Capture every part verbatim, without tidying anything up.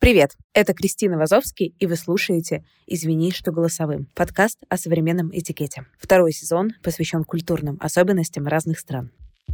Привет, это Кристина Вазовский, и вы слушаете «Извини, что голосовым» — подкаст о современном этикете. Второй сезон посвящен культурным особенностям разных стран.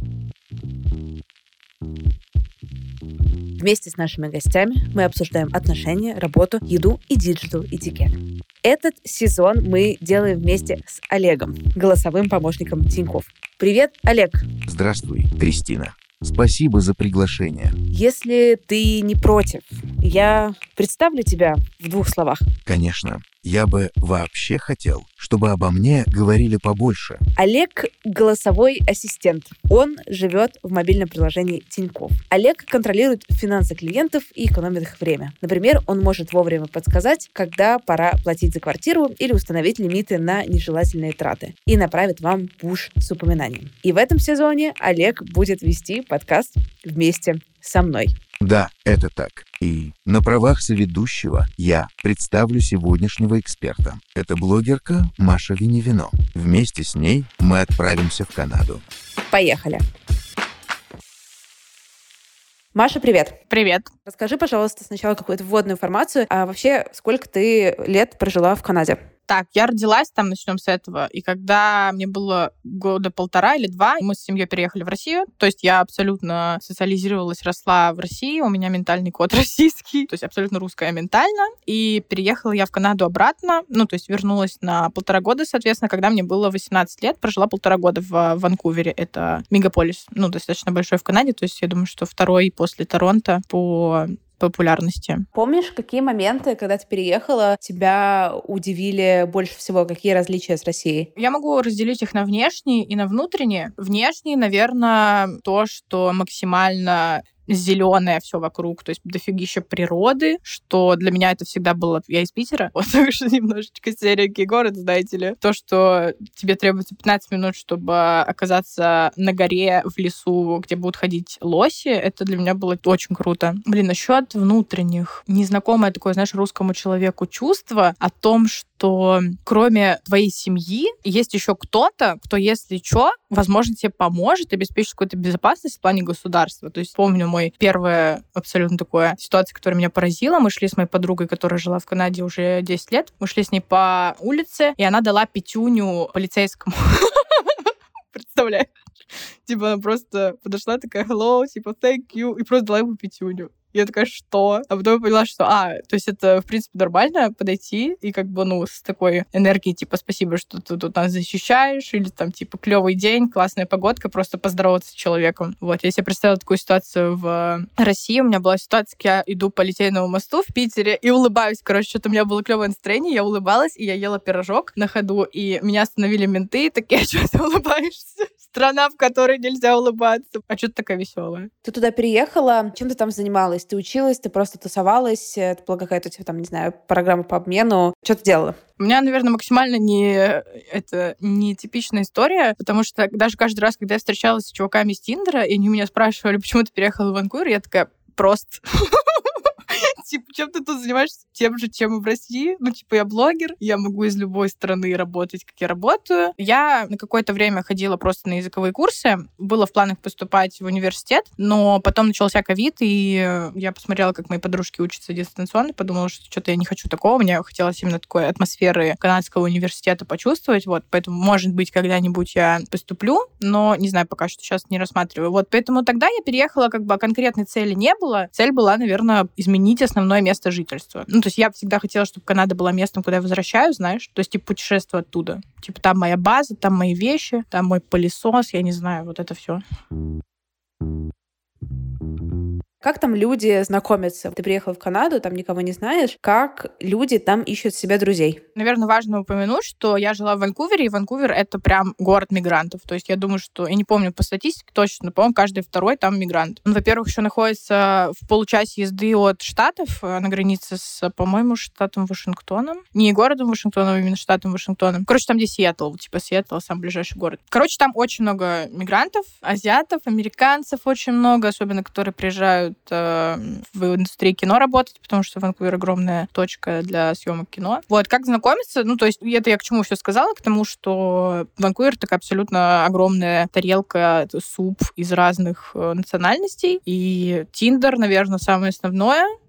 Вместе с нашими гостями мы обсуждаем отношения, работу, еду и диджитал-этикет. Этот сезон мы делаем вместе с Олегом, голосовым помощником Тинькофф. Привет, Олег. Здравствуй, Кристина. Спасибо за приглашение. Если ты не против, я представлю тебя в двух словах. Конечно. Я бы вообще хотел, чтобы обо мне говорили побольше. Олег — голосовой ассистент. Он живет в мобильном приложении Тинькофф. Олег контролирует финансы клиентов и экономит их время. Например, он может вовремя подсказать, когда пора платить за квартиру или установить лимиты на нежелательные траты. И направит вам пуш с упоминанием. И в этом сезоне Олег будет вести подкаст вместе со мной. Да, это так. И на правах соведущего я представлю сегодняшнего эксперта. Это блогерка Маша Винивино. Вместе с ней мы отправимся в Канаду. Поехали. Маша, привет. Привет. Расскажи, пожалуйста, сначала какую-то вводную информацию. А вообще, сколько ты лет прожила в Канаде? Так, я родилась там, начнем с этого. И когда мне было года полтора или два, мы с семьей переехали в Россию. То есть я абсолютно социализировалась, росла в России. У меня ментальный код российский. То есть абсолютно русская ментально. И переехала я в Канаду обратно. Ну, то есть вернулась на полтора года, соответственно, когда мне было восемнадцать лет. Прожила полтора года в Ванкувере. Это мегаполис. Ну, достаточно большой в Канаде. То есть я думаю, что второй после Торонто по популярности. Помнишь, какие моменты, когда ты переехала, тебя удивили больше всего? Какие различия с Россией? Я могу разделить их на внешние и на внутренние. Внешние, наверное, то, что максимально зеленое все вокруг, то есть дофигища природы, что для меня это всегда было... Я из Питера, вот так что немножечко серенький город, знаете ли. То, что тебе требуется пятнадцать минут, чтобы оказаться на горе, в лесу, где будут ходить лоси, это для меня было очень круто. Блин, насчет внутренних. Незнакомое такое, знаешь, русскому человеку чувство о том, что кроме твоей семьи есть еще кто-то, кто, если что, возможно, тебе поможет, обеспечит какую-то безопасность в плане государства. То есть помню мой первая абсолютно такая ситуация, которая меня поразила. Мы шли с моей подругой, которая жила в Канаде уже десять лет. Мы шли с ней по улице, и она дала пятюню полицейскому. Представляешь? Типа она просто подошла такая hello, типа thank you, и просто дала ему пятюню. Я такая, что? А потом я поняла, что, а, то есть это, в принципе, нормально подойти и как бы, ну, с такой энергией, типа, спасибо, что ты тут нас защищаешь, или там, типа, клевый день, классная погодка, просто поздороваться с человеком. Вот, я себе представила такую ситуацию в России. У меня была ситуация, как я иду по Литейному мосту в Питере и улыбаюсь. Короче, что-то у меня было клевое настроение, я улыбалась, и я ела пирожок на ходу, и меня остановили менты, такие, а что ты улыбаешься? Страна, в которой нельзя улыбаться. А что ты такая веселая? Ты туда переехала, чем ты там занималась? Ты училась, ты просто тусовалась? Это была какая-то у тебя там, не знаю, программа по обмену? Что ты делала? У меня, наверное, максимально не, это, не типичная история, потому что даже каждый раз, когда я встречалась с чуваками из Тиндера, и они меня спрашивали, почему ты переехала в Ванкувер, я такая, просто... Типа, чем ты тут занимаешься? Тем же, чем и в России. Ну, типа, я блогер, я могу из любой страны работать, как я работаю. Я на какое-то время ходила просто на языковые курсы. Было в планах поступать в университет, но потом начался ковид, и я посмотрела, как мои подружки учатся дистанционно, подумала, что что-то я не хочу такого. Мне хотелось именно такой атмосферы канадского университета почувствовать. Вот, поэтому, может быть, когда-нибудь я поступлю, но не знаю, пока что сейчас не рассматриваю. Вот, поэтому тогда я переехала, как бы, а конкретной цели не было. Цель была, наверное, изменить основное место жительства. Ну, то есть я всегда хотела, чтобы Канада была местом, куда я возвращаюсь, знаешь, то есть, типа, путешествую оттуда. Типа, там моя база, там мои вещи, там мой пылесос, я не знаю, вот это все. Как там люди знакомятся? Ты приехала в Канаду, там никого не знаешь. Как люди там ищут себе друзей? Наверное, важно упомянуть, что я жила в Ванкувере, и Ванкувер — это прям город мигрантов. То есть я думаю, что... Я не помню по статистике точно, но, по-моему, каждый второй там мигрант. Он, во-первых, еще находится в получасе езды от Штатов, на границе с, по-моему, штатом Вашингтоном. Не городом Вашингтоном, а именно штатом Вашингтоном. Короче, там, где Сиэтл. Типа Сиэтл — самый ближайший город. Короче, там очень много мигрантов, азиатов, американцев очень много, особенно которые приезжают в индустрии кино работать, потому что Ванкувер — огромная точка для съемок кино. Вот, как знакомиться? Ну, то есть, это я к чему все сказала? К тому, что Ванкувер — такая абсолютно огромная тарелка, суп из разных национальностей. И Тиндер, наверное, самое основное.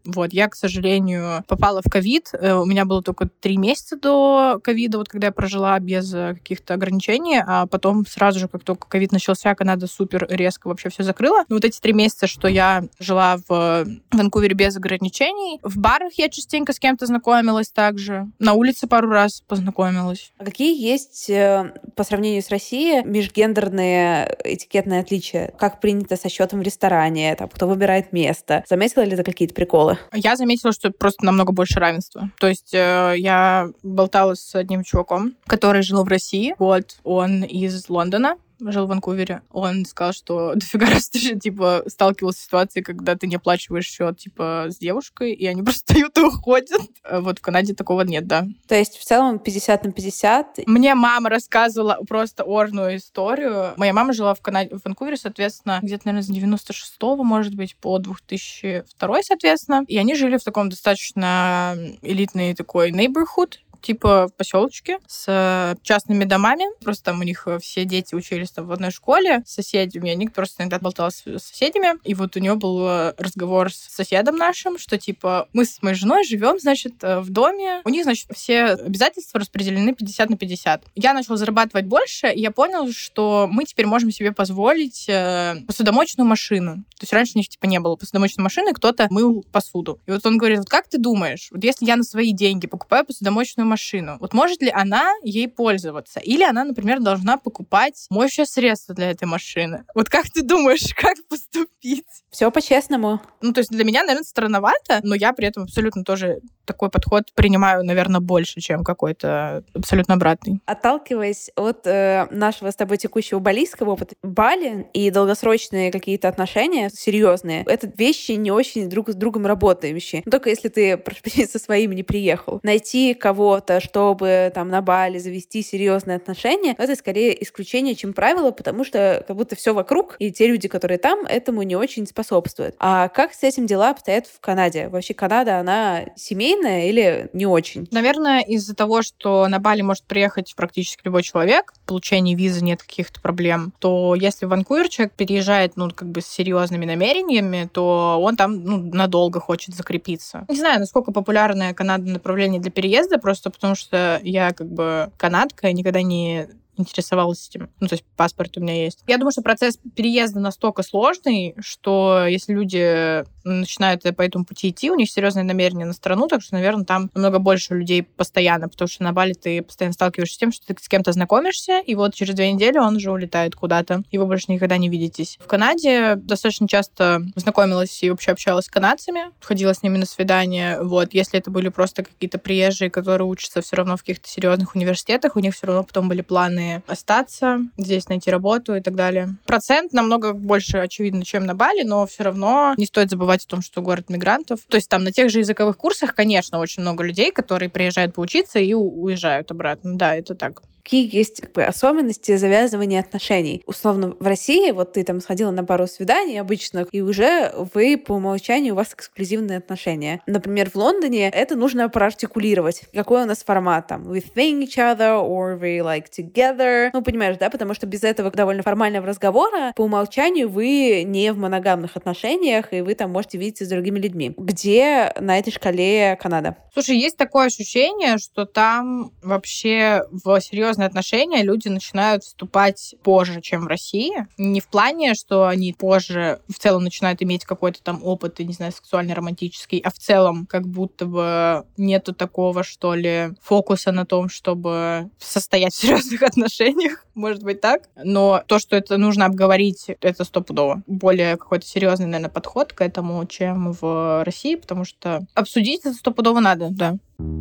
Вот, я, к сожалению, попала в ковид. У меня было только три месяца до ковида, вот когда я прожила без каких-то ограничений, а потом сразу же, как только ковид начался, Канада супер резко вообще все закрыла. Но вот эти три месяца, что я жила в Ванкувере без ограничений, в барах я частенько с кем-то знакомилась также, на улице пару раз познакомилась. А какие есть по сравнению с Россией межгендерные этикетные отличия? Как принято со счетом в ресторане, там, кто выбирает место? Заметила ли ты какие-то приколы? Я заметила, что просто намного больше равенства. То есть э, я болтала с одним чуваком, который жил в России. Вот, он из Лондона, жил в Ванкувере. Он сказал, что дофига раз ты же, типа, сталкивался с ситуацией, когда ты не оплачиваешь счет, типа, с девушкой, и они просто встают и уходят. Вот в Канаде такого нет, да. То есть в целом пятьдесят на пятьдесят? Мне мама рассказывала просто орную историю. Моя мама жила в Канаде, в Ванкувере, соответственно, где-то, наверное, с девяносто шестого, может быть, по две тысячи второй, соответственно. И они жили в таком достаточно элитный такой neighborhood, типа в поселочке с частными домами. Просто там у них все дети учились там в одной школе с соседями. Они просто иногда болтали с соседями. И вот у него был разговор с соседом нашим, что типа мы с моей женой живем, значит, в доме. У них, значит, все обязательства распределены пятьдесят на пятьдесят. Я начала зарабатывать больше, и я поняла, что мы теперь можем себе позволить посудомоечную машину. То есть раньше у них типа не было посудомоечной машины, кто-то мыл посуду. И вот он говорит, вот как ты думаешь, вот если я на свои деньги покупаю посудомоечную машину, машину. Вот может ли она ей пользоваться? Или она, например, должна покупать моющее средство для этой машины? Вот как ты думаешь, как поступить? Все по-честному. Ну, то есть для меня, наверное, странновато, но я при этом абсолютно тоже такой подход принимаю, наверное, больше, чем какой-то абсолютно обратный. Отталкиваясь от э, нашего с тобой текущего балийского опыта, Бали и долгосрочные какие-то отношения серьезные, это вещи не очень друг с другом работающие. Но только если ты со своим не приехал. Найти кого-то, чтобы там на Бали завести серьезные отношения, это скорее исключение, чем правило, потому что как будто все вокруг, и те люди, которые там, этому не очень способствуют. А как с этим дела обстоят в Канаде? Вообще Канада, она семейная или не очень? Наверное, из-за того, что на Бали может приехать практически любой человек, в получении визы нет каких-то проблем, то если в Ванкувер человек переезжает, ну, как бы с серьезными намерениями, то он там, ну, надолго хочет закрепиться. Не знаю, насколько популярное Канада направление для переезда, просто потому что я как бы канадка и никогда не интересовалась этим. Ну, то есть паспорт у меня есть. Я думаю, что процесс переезда настолько сложный, что если люди начинают по этому пути идти, у них серьезные намерения на страну, так что, наверное, там намного больше людей постоянно, потому что на Бали ты постоянно сталкиваешься с тем, что ты с кем-то знакомишься, и вот через две недели он уже улетает куда-то, и вы больше никогда не видитесь. В Канаде достаточно часто знакомилась и вообще общалась с канадцами, ходила с ними на свидания. Вот. Если это были просто какие-то приезжие, которые учатся все равно в каких-то серьезных университетах, у них все равно потом были планы остаться, здесь найти работу и так далее. Процент намного больше, очевидно, чем на Бали, но все равно не стоит забывать о том, что город мигрантов. То есть там на тех же языковых курсах, конечно, очень много людей, которые приезжают поучиться и уезжают обратно. Да, это так. Какие есть как бы особенности завязывания отношений? Условно, в России вот ты там сходила на пару свиданий обычно, и уже вы по умолчанию у вас эксклюзивные отношения. Например, в Лондоне это нужно проартикулировать. Какой у нас формат там? We think each other or we like together. Ну, понимаешь, да? Потому что без этого довольно формального разговора по умолчанию вы не в моногамных отношениях, и вы там можете видеться с другими людьми. Где на этой шкале Канада? Слушай, есть такое ощущение, что там вообще в серьезном отношения люди начинают вступать позже, чем в России. Не в плане, что они позже в целом начинают иметь какой-то там опыт, не знаю, сексуально-романтический, а в целом как будто бы нету такого, что ли, фокуса на том, чтобы состоять в серьезных отношениях. Может быть так. Но то, что это нужно обговорить, это стопудово. Более какой-то серьезный, наверное, подход к этому, чем в России, потому что обсудить это стопудово надо, да.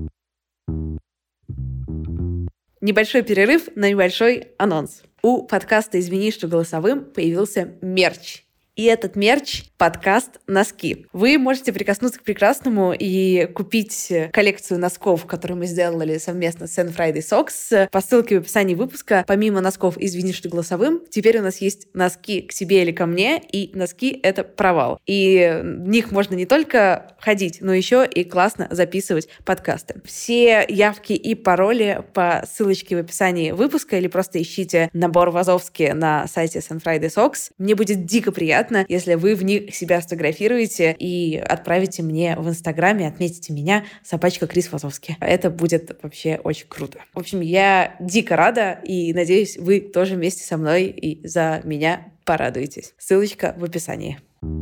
Небольшой перерыв на небольшой анонс. У подкаста «Извини, что голосовым» появился мерч. И этот мерч — подкаст «Носки». Вы можете прикоснуться к прекрасному и купить коллекцию носков, которую мы сделали совместно с Сан Фрайдей Socks. По ссылке в описании выпуска, помимо носков «Извини, что голосовым», теперь у нас есть носки к себе или ко мне, и носки — это провал. И в них можно не только ходить, но еще и классно записывать подкасты. Все явки и пароли по ссылочке в описании выпуска или просто ищите набор Вазовски на сайте Сан Фрайдей Socks. Мне будет дико приятно, если вы в них вы себя сфотографируете и отправите мне в Инстаграме, отметите меня, собачка Крис Вазовский. Это будет вообще очень круто. В общем, я дико рада и надеюсь, вы тоже вместе со мной и за меня порадуетесь. Ссылочка в описании.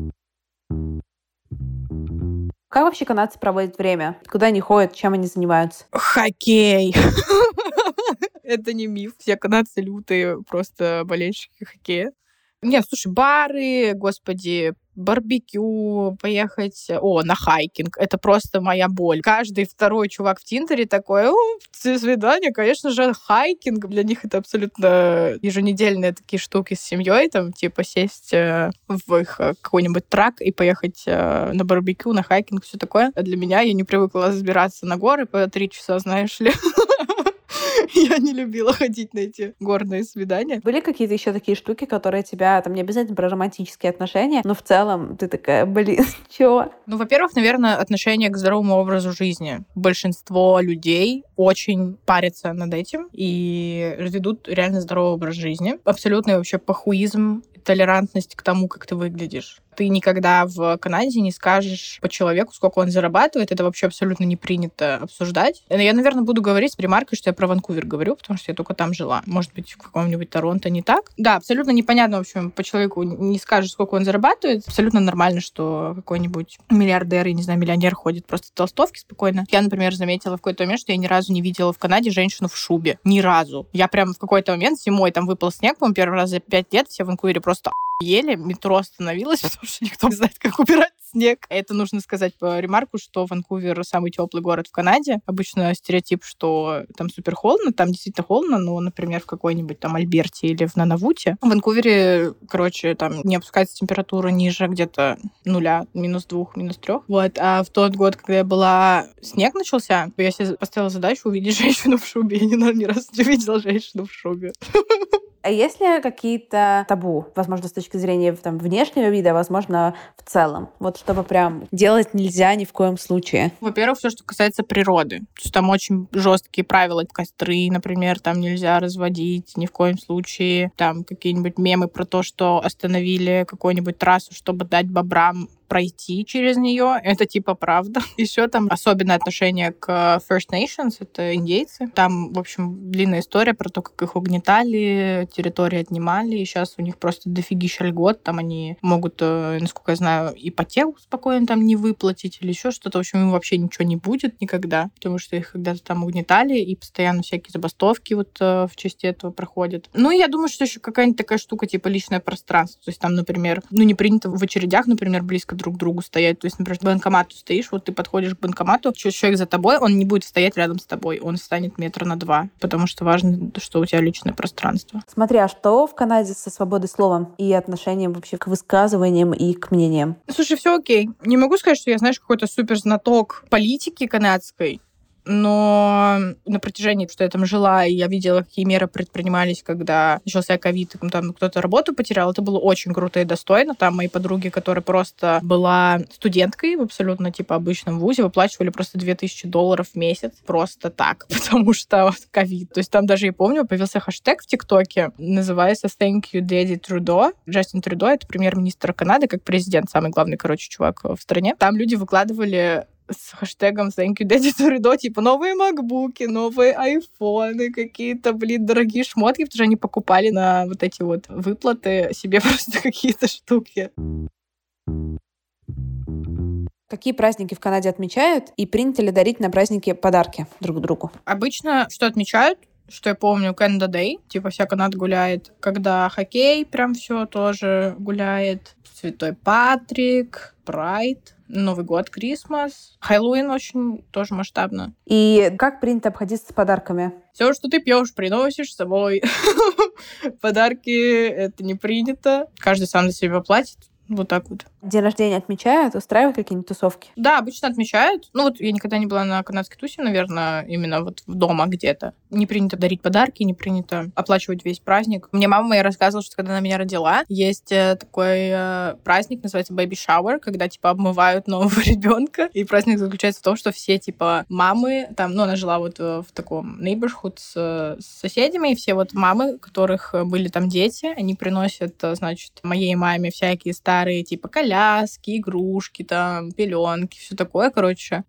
Как вообще канадцы проводят время? Куда они ходят? Чем они занимаются? Хоккей. Это не миф. Все канадцы лютые просто болельщики хоккея. Нет, слушай, бары, господи, барбекю, поехать, о, на хайкинг. Это просто моя боль. Каждый второй чувак в Тиндере такой, о, свидание, конечно же, хайкинг. Для них это абсолютно еженедельные такие штуки с семьей, там, типа, сесть э, в их какой-нибудь трак и поехать э, на барбекю, на хайкинг, все такое. А для меня я не привыкла забираться на горы по три часа, знаешь ли. Я не любила ходить на эти горные свидания. Были какие-то еще такие штуки, которые тебя, там не обязательно про романтические отношения, но в целом ты такая, блин, чего? Ну, во-первых, наверное, отношение к здоровому образу жизни. Большинство людей очень парятся над этим и ведут реально здоровый образ жизни. Абсолютный вообще похуизм, толерантность к тому, как ты выглядишь. Ты никогда в Канаде не скажешь по человеку, сколько он зарабатывает. Это вообще абсолютно не принято обсуждать. Я, наверное, буду говорить с ремаркой, что я про Ванкувер говорю, потому что я только там жила. Может быть, в каком-нибудь Торонто не так. Да, абсолютно непонятно, в общем, по человеку не скажешь, сколько он зарабатывает. Абсолютно нормально, что какой-нибудь миллиардер, я не знаю, миллионер ходит просто в толстовке спокойно. Я, например, заметила в какой-то момент, что я ни разу не видела в Канаде женщину в шубе. Ни разу. Я прям в какой-то момент зимой там выпал снег, по-моему, первый раз за пять лет, все в Ванкувере просто ели, метро остановилось, потому что никто не знает, как убирать снег. Это нужно сказать по ремарку, что Ванкувер самый теплый город в Канаде. Обычно стереотип, что там супер холодно, там действительно холодно, но, например, в какой-нибудь там Альберте или в Нанавуте. В Ванкувере, короче, там не опускается температура ниже где-то нуля, минус двух, минус трех. Вот. А в тот год, когда я была, снег начался, я себе поставила задачу увидеть женщину в шубе. Я ни, ни разу не видела женщину в шубе. А есть ли какие-то табу, возможно, с точки зрения там, внешнего вида, возможно, в целом? Вот чтобы прям делать нельзя ни в коем случае. Во-первых, все, что касается природы. То есть там очень жесткие правила. Костры, например, там нельзя разводить ни в коем случае. Там какие-нибудь мемы про то, что остановили какую-нибудь трассу, чтобы дать бобрам пройти через нее. Это типа правда. Еще там особенное отношение к First Nations, это индейцы. Там, в общем, длинная история про то, как их угнетали, территории отнимали, и сейчас у них просто дофигища льгот. Там они могут, насколько я знаю, ипотеку спокойно там не выплатить или еще что-то. В общем, им вообще ничего не будет никогда, потому что их когда-то там угнетали, и постоянно всякие забастовки вот в честь этого проходят. Ну, и я думаю, что еще какая-нибудь такая штука, типа личное пространство. То есть там, например, ну, не принято в очередях, например, близко друг к другу стоять. То есть, например, к банкомату стоишь, вот ты подходишь к банкомату, человек за тобой, он не будет стоять рядом с тобой, он встанет метра на два, потому что важно, что у тебя личное пространство. Смотри, а что в Канаде со свободой слова и отношением вообще к высказываниям и к мнениям? Слушай, все окей. Не могу сказать, что я, знаешь, какой-то супер знаток политики канадской, но на протяжении, что я там жила, и я видела, какие меры предпринимались, когда начался ковид, и там кто-то работу потерял, это было очень круто и достойно. Там мои подруги, которая просто была студенткой в абсолютно типа обычном вузе, выплачивали просто две тысячи долларов в месяц просто так, потому что ковид. То есть там даже, я помню, появился хэштег в ТикТоке, называется «Thank you, Daddy Trudeau». Джастин Трюдо — это премьер-министр Канады, как президент, самый главный, короче, чувак в стране. Там люди выкладывали с хэштегом «Thank you, Daddy Trudeau», типа новые макбуки, новые айфоны, какие-то, блин, дорогие шмотки, потому что они покупали на вот эти вот выплаты себе просто какие-то штуки. Какие праздники в Канаде отмечают? И принято ли дарить на праздники подарки друг другу? Обычно что отмечают? Что я помню, Canada Day, типа вся Канада гуляет. Когда хоккей, прям все тоже гуляет. Святой Патрик, Прайд, Новый год, Крисмас. Хэллоуин очень тоже масштабно. И как принято обходиться с подарками? Все, что ты пьешь, приносишь с собой. Подарки — это не принято. Каждый сам за себя платит. Вот так вот. День рождения отмечают? Устраивают какие-нибудь тусовки? Да, обычно отмечают. Ну вот я никогда не была на канадской тусе, наверное, именно вот дома где-то. Не принято дарить подарки, не принято оплачивать весь праздник. Мне мама моя рассказывала, что когда она меня родила, есть такой э, праздник, называется baby shower, когда типа обмывают нового ребенка. И праздник заключается в том, что все типа мамы, там, ну она жила вот в таком neighborhood с, с соседями, и все вот мамы, у которых были там дети, они приносят, значит, моей маме всякие старые типа коляски, коляски, игрушки, там, пеленки, все такое, короче.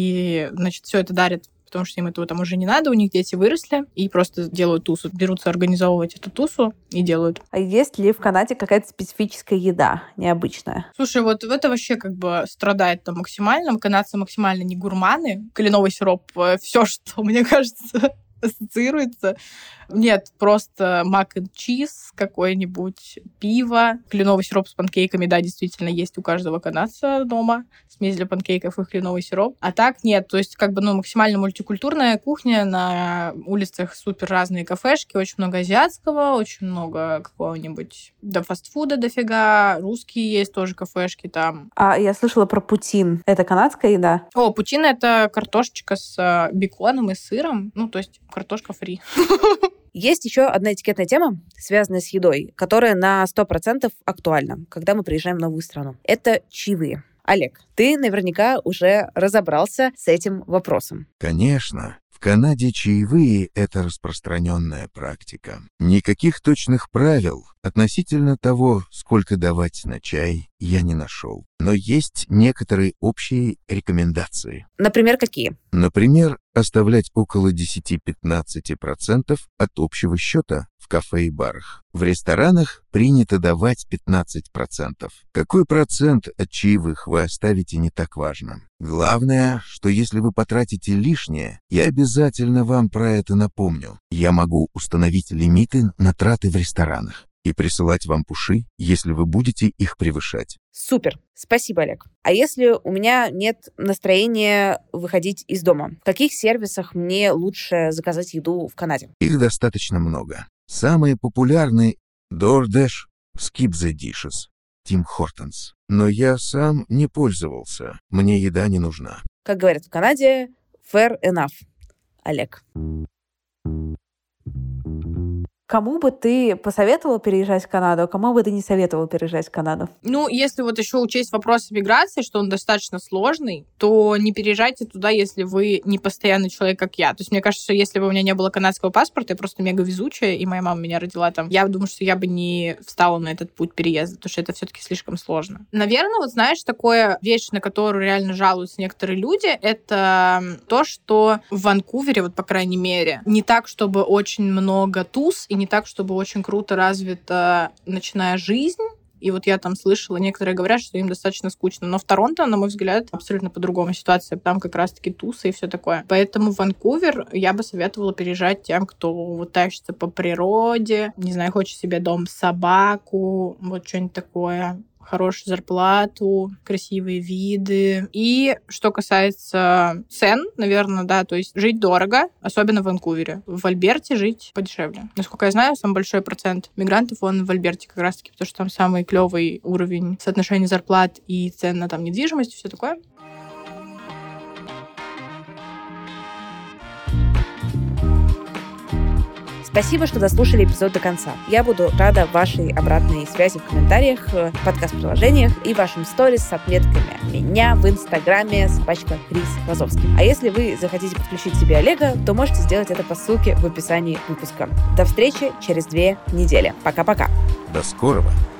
И, значит, все это дарят, потому что им этого там уже не надо, у них дети выросли, и просто делают тусу, берутся организовывать эту тусу и делают. А есть ли в Канаде какая-то специфическая еда, необычная? Слушай, вот это вообще как бы страдает там максимально. Канадцы максимально не гурманы. Кленовый сироп, все, что, мне кажется, ассоциируется. Нет, просто мак и чиз какой-нибудь, пиво. Кленовый сироп с панкейками, да, действительно, есть у каждого канадца дома. Смесь для панкейков и кленовый сироп. А так нет, то есть как бы, ну, максимально мультикультурная кухня. На улицах супер разные кафешки, очень много азиатского, очень много какого-нибудь, да, фастфуда дофига. Русские есть тоже кафешки там. А я слышала про путин. Это канадская еда? О, путин — это картошечка с беконом и сыром. Ну, то есть картошка фри. Есть еще одна этикетная тема, связанная с едой, которая на сто процентов актуальна, когда мы приезжаем в новую страну. Это чаевые. Олег, ты наверняка уже разобрался с этим вопросом. Конечно. В Канаде чаевые – это распространенная практика. Никаких точных правил относительно того, сколько давать на чай, я не нашел. Но есть некоторые общие рекомендации. Например, какие? Например, оставлять около десять-пятнадцать процентов от общего счета в кафе и барах. В ресторанах принято давать пятнадцать процентов. Какой процент от чаевых вы оставите, не так важно. Главное, что если вы потратите лишнее, я обязательно вам про это напомню. Я могу установить лимиты на траты в ресторанах и присылать вам пуши, если вы будете их превышать. Супер. Спасибо, Олег. А если у меня нет настроения выходить из дома, в каких сервисах мне лучше заказать еду в Канаде? Их достаточно много. Самые популярные — DoorDash, Skip the Dishes, Tim Hortons. Но я сам не пользовался. Мне еда не нужна. Как говорят в Канаде, fair enough. Олег. Кому бы ты посоветовала переезжать в Канаду, а кому бы ты не советовала переезжать в Канаду? Ну, если вот еще учесть вопрос миграции, что он достаточно сложный, то не переезжайте туда, если вы не постоянный человек, как я. То есть мне кажется, что если бы у меня не было канадского паспорта, я просто мега везучая, и моя мама меня родила там, я думаю, что я бы не встала на этот путь переезда, потому что это все-таки слишком сложно. Наверное, вот знаешь, такое вещь, на которую реально жалуются некоторые люди, это то, что в Ванкувере, вот по крайней мере, не так, чтобы очень много туз, и не так, чтобы очень круто развита ночная жизнь. И вот я там слышала, некоторые говорят, что им достаточно скучно. Но в Торонто, на мой взгляд, абсолютно по-другому ситуация. Там как раз-таки тусы и все такое. Поэтому в Ванкувер я бы советовала переезжать тем, кто вот тащится по природе, не знаю, хочет себе дом, собаку, вот что-нибудь такое. Хорошую зарплату, красивые виды. И что касается цен, наверное, да, то есть жить дорого, особенно в Ванкувере. В Альберте жить подешевле. Насколько я знаю, самый большой процент мигрантов, он в Альберте как раз-таки, потому что там самый клевый уровень соотношения зарплат и цен на там недвижимость, все такое. Спасибо, что дослушали эпизод до конца. Я буду рада вашей обратной связи в комментариях, в подкаст-приложениях и вашим сторис с отметками меня в Инстаграме собачка Крис Лазовский. А если вы захотите подключить себе Олега, то можете сделать это по ссылке в описании выпуска. До встречи через две недели. Пока-пока. До скорого.